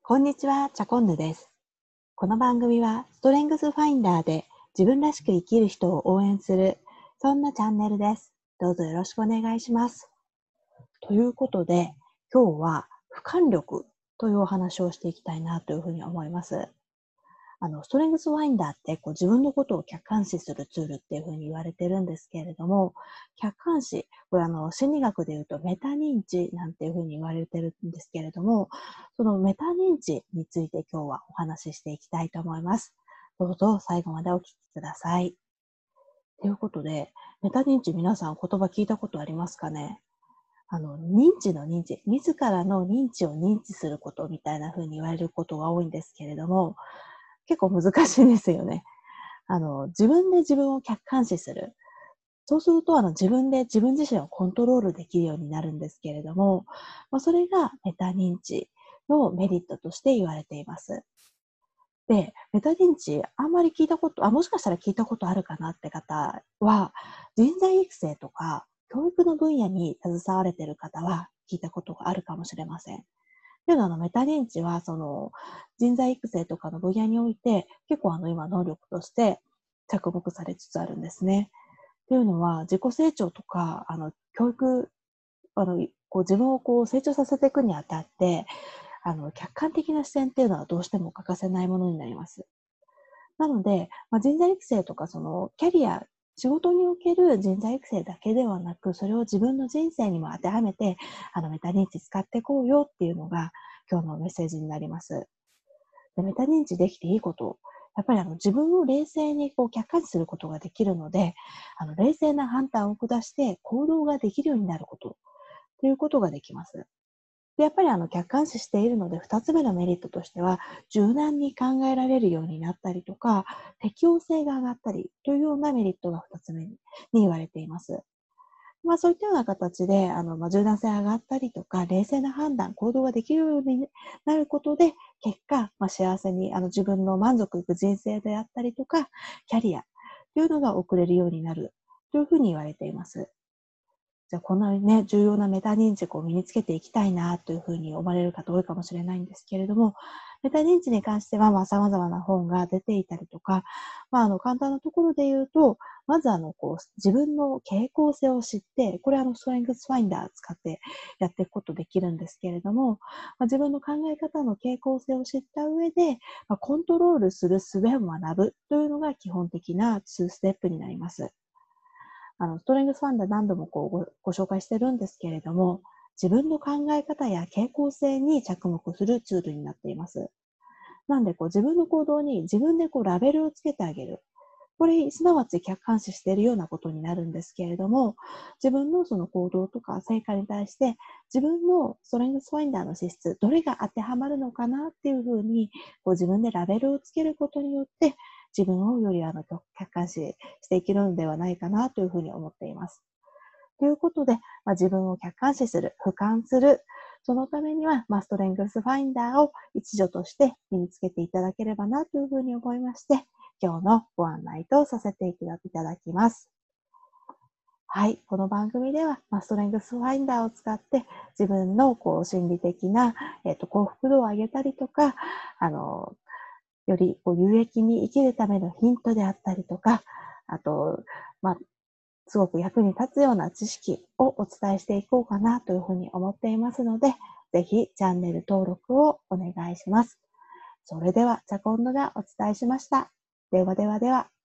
こんにちは、チャコンヌです。この番組はストレングスファインダーで自分らしく生きる人を応援する、そんなチャンネルです。どうぞよろしくお願いします。ということで、今日は俯瞰力というお話をしていきたいなというふうに思います。ストレングスファインダーって自分のことを客観視するツールっていうふうに言われてるんですけれども、客観視、これ心理学で言うとメタ認知なんていうふうに言われてるんですけれども、そのメタ認知について今日はお話ししていきたいと思います。どうぞ最後までお聞きください。ということで、メタ認知皆さん言葉聞いたことありますかね？認知の認知、自らの認知を認知することみたいな風に言われることが多いんですけれども、結構難しいですよね。自分で自分を客観視する。そうすると、自分で自分自身をコントロールできるようになるんですけれども、それがメタ認知のメリットとして言われています。で、メタ認知、あんまり聞いたこと、もしかしたら聞いたことあるかなって方は、人材育成とか教育の分野に携われている方は聞いたことがあるかもしれません。というのは、メタ認知は、人材育成とかの分野において、結構今能力として着目されつつあるんですね。というのは、自己成長とか、教育、自分を成長させていくにあたって、客観的な視点っていうのはどうしても欠かせないものになります。なので、人材育成とかキャリア、仕事における人材育成だけではなく、それを自分の人生にも当てはめて、メタ認知使っていこうよっていうのが今日のメッセージになります。で、メタ認知できていいこと、やっぱり自分を冷静に客観視することができるので、冷静な判断を下して行動ができるようになることということができます。で、やっぱり客観視しているので、二つ目のメリットとしては、柔軟に考えられるようになったりとか、適応性が上がったりというようなメリットが二つ目に言われています。そういったような形で、柔軟性上がったりとか、冷静な判断、行動ができるようになることで、結果、幸せに、自分の満足いく人生であったりとか、キャリアというのが送れるようになるというふうに言われています。じゃあ、こんなにね、重要なメタ認知を身につけていきたいなというふうに思われる方多いかもしれないんですけれども、メタ認知に関しては、様々な本が出ていたりとか、簡単なところで言うと、まず自分の傾向性を知って、これストレングスファインダー使ってやっていくことできるんですけれども、自分の考え方の傾向性を知った上で、コントロールする術を学ぶというのが基本的な2ステップになります。ストレングスファンダ何度もご紹介してるんですけれども、自分の考え方や傾向性に着目するツールになっています。なんで自分の行動に自分でラベルをつけてあげる。これ、すなわち客観視しているようなことになるんですけれども、自分のその行動とか成果に対して、自分のストレングスファインダーの資質、どれが当てはまるのかなっていうふうに、自分でラベルをつけることによって、自分をより客観視していけるのではないかなというふうに思っています。ということで、自分を客観視する、俯瞰する、そのためには、ストレングスファインダーを一助として身につけていただければなというふうに思いまして、今日のご案内とさせていただきます。はい。この番組では、ストレングスファインダーを使って自分の心理的な、幸福度を上げたりとか、より有益に生きるためのヒントであったりとか、あと、すごく役に立つような知識をお伝えしていこうかなというふうに思っていますので、ぜひチャンネル登録をお願いします。それでは、チャコンヌがお伝えしました。ではではでは。